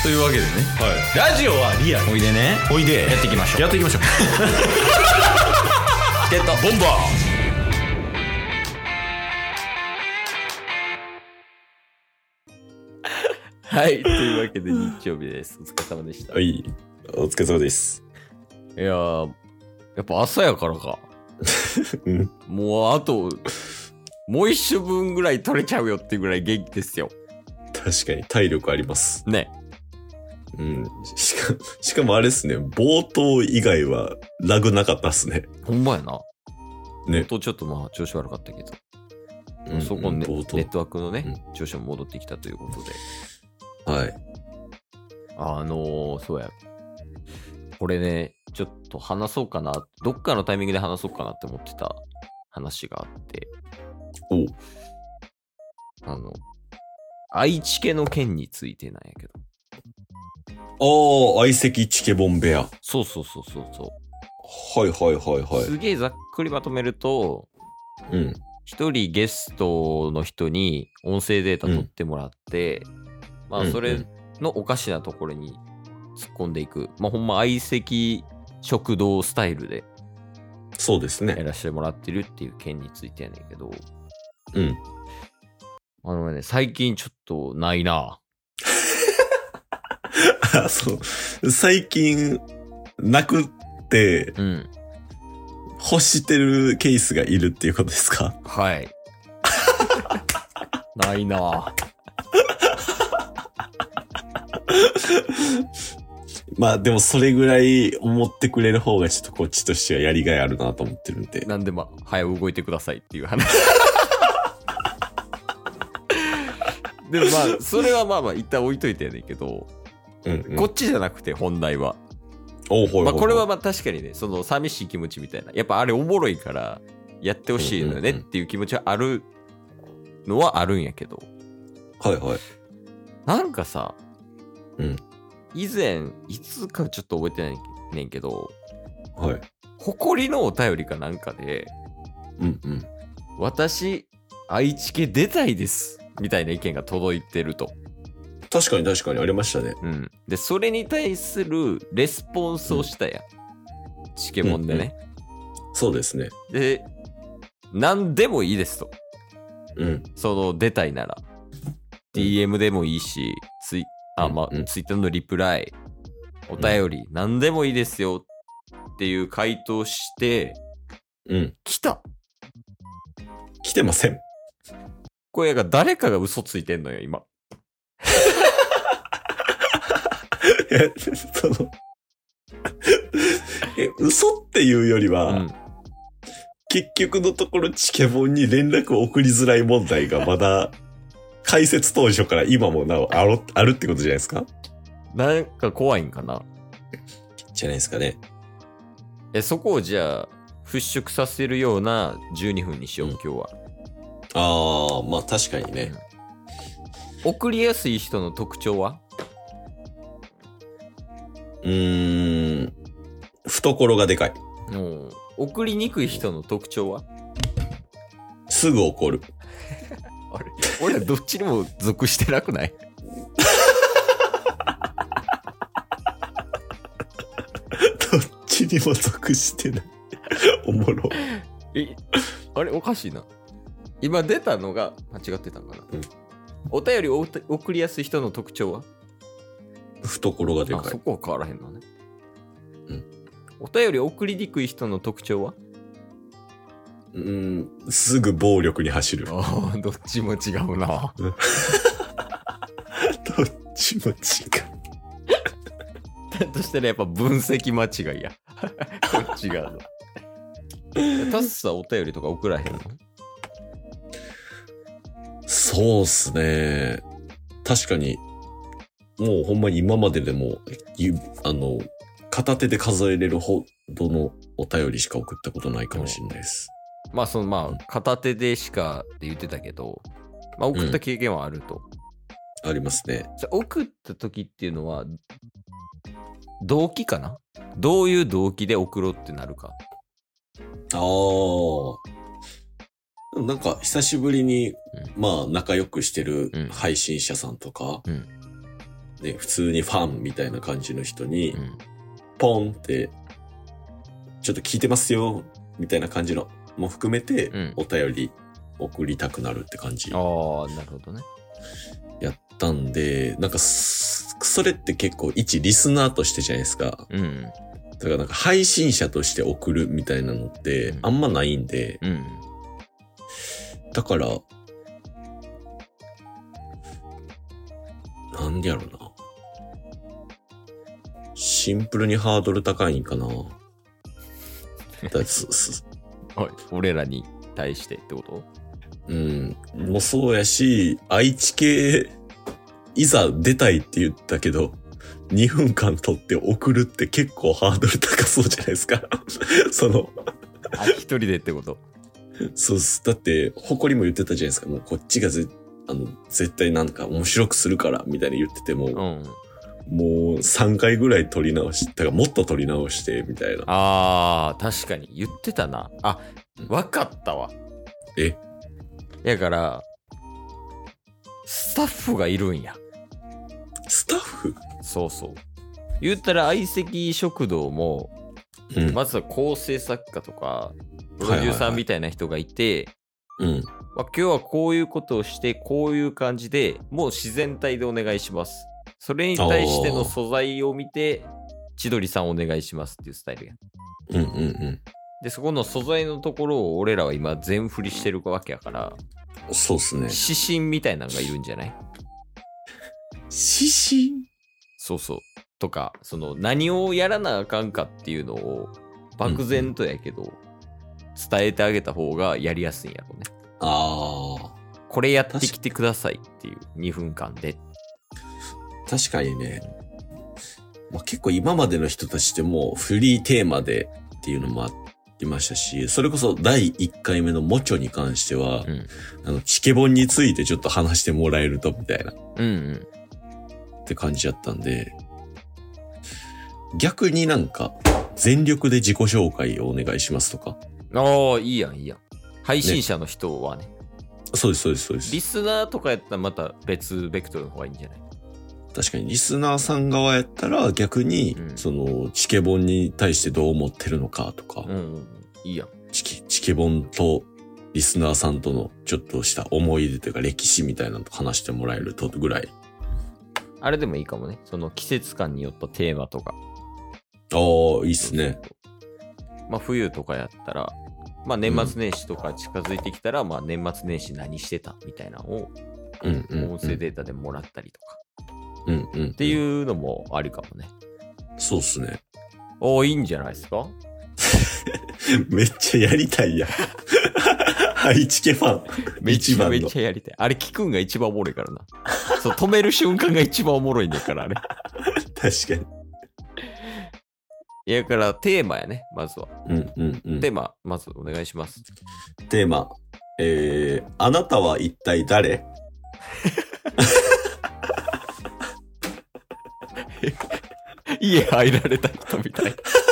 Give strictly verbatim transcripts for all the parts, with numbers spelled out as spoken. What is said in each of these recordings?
というわけでね、 はい、ラジオはリアル。 おいでね、 おいでやっていきましょう。 やっていきましょう。 チケットボンバー。はい、というわけで日曜日です。お疲れ様でした。 はい、お疲れ様です。 いやー、やっぱ朝やからか。 うん、 もうあともう一週分ぐらい取れちゃうよっていうぐらい元気ですよ。 確かに体力ありますね。 うん。しかしかもあれですね、冒頭以外はラグなかったっすね。 ほんまやな。 ね。 冒頭ちょっとまあ調子悪かったけど、 うん、 そこね、 うん、 ネットワークのね、うん、調子も戻ってきたということで。 はい。 あのー、そうや。これね、ちょっと話そうかな、どっかのタイミングで話そうかなって思ってた話があって。 おう。 あの、愛知県の件についてなんやけど。 ああ、相席チケボンベア。 そうそうそうそうそう。 はいはいはいはい。 すげえざっくりまとめると、 うん。 一人ゲストの人に音声データ取ってもらって、うん、まあそれのおかしなところに突っ込んでいく。まあほんま相席食堂スタイルで。 そうですね。 やらせてもらってるっていう件についてやねんけど。 うん。 あのね、最近ちょっとないな。 あ、そう。最近、なくって、うん。欲してるケースがいるっていうことですか？ はい。ないな。 まあでもそれぐらい思ってくれる方がちょっとこっちとしてはやりがいあるなと思ってるんで。 なんでまあ、早く動いてくださいっていう話。でもまあ、それはまあまあ一旦置いといてやねんけど、うんうん、こっちじゃなくて本題は。おうほいほいほい。まあこれはまあ確かにね、その寂しい気持ちみたいな。やっぱあれおもろいからやってほしいのよねっていう気持ちはあるのはあるんやけど。 はいはい。 なんかさ、 うん。 以前、いつかちょっと覚えてないねんけど、 はい。 誇りのお便りかなんかで、 うんうん。 私、愛知県出たいです。みたいな意見が届いてると。 確かに確かにありましたね。 うん。で、それに対するレスポンスをしたやん。うん、チケモンでね、 うんうん。そうですね。 で、何でもいいですと。 うん。 その、出たいなら。ディーエム でもいいし、ツイ、あ、まあ、うんうん、ツイッターのリプライ、お便り、うん、何でもいいですよっていう回答して、 うん。 来た。 来てません。 これが誰かが嘘ついてんのよ、今。 いや、そのえ、嘘っていうよりは、うん、結局のところチケボンに連絡を送りづらい問題がまだ開設当初から今もなおある、あるってことじゃないですか？ なんか怖いんかな？ じゃないですかね。 え、そこをじゃあ払拭させるようなじゅうにふんにしよう、うん、今日は。 ああ、まあ確かにね。 うん、送りやすい人の特徴は？ うーん、懐がでかい。 お送りにくい人の特徴は？ すぐ怒る。 あれ、俺はどっちにも属してなくない？ どっちにも属してない。おもろ。 え、あれおかしいな。今出たのが間違ってたんかな。 うん、 お便りを送りやすい人の特徴は？ 懐がでかい。 あ、そこは変わらへんのね。 うん。 お便り送りにくい人の特徴は？ うーん、すぐ暴力に走る。 ああ、どっちも違うな。 どっちも違う。 だとしたらやっぱ分析間違いや。こっちが。タスさんお便りとか送らへんの？ そうっすね。確かに。もうほんまに今まででも、あの、片手で数えれるほどのお便りしか送ったことないかもしれないです。 うん、まあそのまあ片手でしかって言ってたけど、まあ送った経験はあると。 うん、ありますね。 じゃ送った時っていうのは、動機かな？どういう動機で送ろうってなるか。 ああ。なんか久しぶりに、うん、まあ仲良くしてる配信者さんとか、うんね、普通にファンみたいな感じの人に、うん、ポンって、ちょっと聞いてますよ、みたいな感じのも含めて、うん、お便り送りたくなるって感じ。 ああ、なるほどね。 やったんで、なんか、それって結構一リスナーとしてじゃないですか。うん。だからなんか配信者として送るみたいなのってあんまないんで、うんうん、だから、なんでやろな。シンプルにハードル高いんかな。だすすはい、俺らに対してってこと？ うん。もうそうやし、愛知系、いざ出たいって言ったけど、にふんかん撮って送るって結構ハードル高そうじゃないですか。その。 あ、一人でってこと？ そうっす。だって、誇りも言ってたじゃないですか。もうこっちがぜ、あの、絶対なんか面白くするから、みたいに言ってても、うん、もうさんかいぐらい撮り直し、だからもっと撮り直して、みたいな。 あー、確かに。言ってたな。あ、わかったわ。 え？ やから、スタッフがいるんや。 スタッフ？ そうそう。言ったら相席食堂も、うん、まずは構成作家とか、プロデューサーみたいな人がいて、はいはいはい、うん。まあ、今日はこういうことをして、こういう感じで、もう自然体でお願いします。それに対しての素材を見て、千鳥さんお願いしますっていうスタイルや。 うんうんうん。 で、そこの素材のところを俺らは今全振りしてるわけやから、 そうっすね。 指針みたいなのがいるんじゃない？ 指針？そうそう。とか、その何をやらなあかんかっていうのを漠然とやけど、うんうん、伝えてあげた方がやりやすいんやろうね。 ああ。 これやってきてくださいっていうにふんかんで。 確かにね。まあ、結構今までの人たちでもフリーテーマでっていうのもありましたし、それこそだいいっかいめのモチョに関しては、うん、あの、チケボンについてちょっと話してもらえるとみたいな。うんうん。って感じだったんで、逆になんか全力で自己紹介をお願いしますとか。 ああ、いいやんいいやん。配信者の人はね。ね、 そうですそうですそうです。 リスナーとかやったらまた別ベクトルの方がいいんじゃない？ 確かにリスナーさん側やったら逆に、うん、そのチケボンに対してどう思ってるのかとか。うん、うん、いいやん。チケ、チケボンとリスナーさんとのちょっとした思い出というか歴史みたいなのと話してもらえるとぐらい。あれでもいいかもね。その季節感によったテーマとか。 ああ、いいっすね。 まあ冬とかやったら、まあ年末年始とか近づいてきたら、うん、まあ年末年始何してたみたいなのを、うんうんうん、音声データでもらったりとか。うんうんうん、っていうのもありかもね。 そうっすね。 おー、いいんじゃないですか？ めっちゃやりたいやん。愛知家ファン。 めっちゃめっちゃやりたい。あれ聞くんが一番おもろいからな。そう、止める瞬間が一番おもろいんだから、あれ。 確かに。 いや、からテーマやね、まずは。 うんうんうん。 テーマ、まずお願いします。 テーマ。えー、あなたは一体誰？ 家入られた人みたい。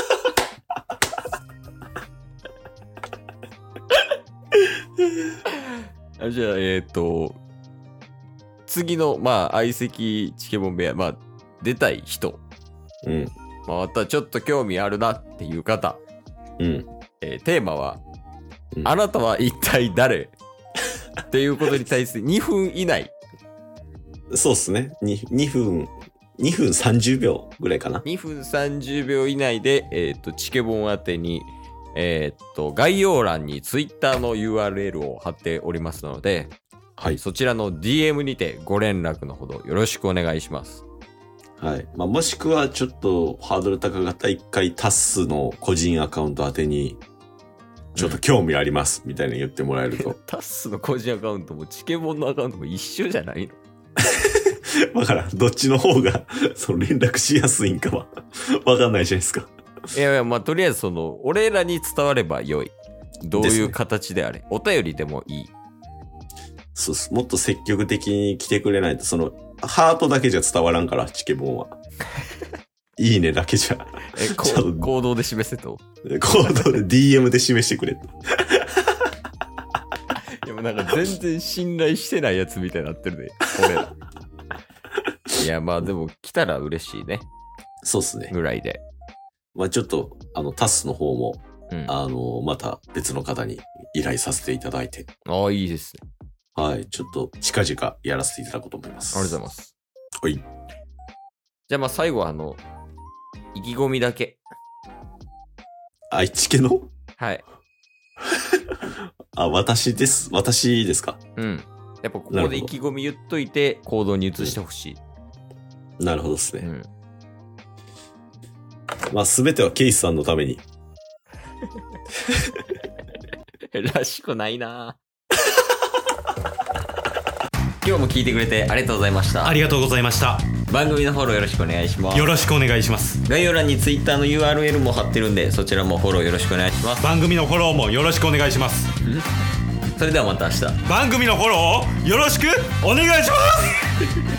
あ、じゃあ、えっ、ー、と、次の、まあ、相席チケボン部屋、まあ、出たい人。うん。まあ、またちょっと興味あるなっていう方。うん。えー、テーマは、うん、あなたは一体誰っていうことに対してにふん以内。 そうっすね。に、にふん。にふんさんじゅうびょうぐらいかな。 にふんさんじゅうびょう以内で、えっ、ー、と、チケボン宛てに、えっ、ー、と、概要欄に Twitter の ユーアールエル を貼っておりますので、はい。そちらの ディーエム にてご連絡のほどよろしくお願いします。 はい。まあ、もしくはちょっとハードル高かった一回タッスの個人アカウント宛てに、ちょっと興味あります、みたいに言ってもらえると。 タッスの個人アカウントもチケボンのアカウントも一緒じゃないの？ だから、どっちの方が、その連絡しやすいんかは、わかんないじゃないですか。 いやいや、まあ、とりあえずその、俺らに伝われば良い。どういう形であれ。ね、お便りでもいい。 そうっす。もっと積極的に来てくれないと、その、ハートだけじゃ伝わらんから、チケボンは。いいねだけじゃ。 え、こ行動で示せと。 行動で ディーエム で示してくれと。 でもなんか全然信頼してないやつみたいになってるね。俺ら。 いや、まあでも来たら嬉しいね。 そうっすね。 ぐらいで。 まあちょっと、あの、タスの方も、 うん、 あの、また別の方に依頼させていただいて。 ああ、いいですね。 はい。ちょっと近々やらせていただこうと思います。 ありがとうございます。 はい。 じゃあまあ最後はあの、意気込みだけ。 愛知県のはい。 あ、私です。私ですか。 うん。やっぱここで意気込み言っといて行動に移してほしい。なるほどですね。 うん。 まあ全てはケイスさんのために。 らしくないな今日も聞いてくれてありがとうございました。 ありがとうございました。 番組のフォローよろしくお願いします。 よろしくお願いします。 概要欄に Twitter の ユーアールエル も貼ってるんで、そちらもフォローよろしくお願いします。 番組のフォローもよろしくお願いします。 それではまた明日。 番組のフォローをよろしくお願いします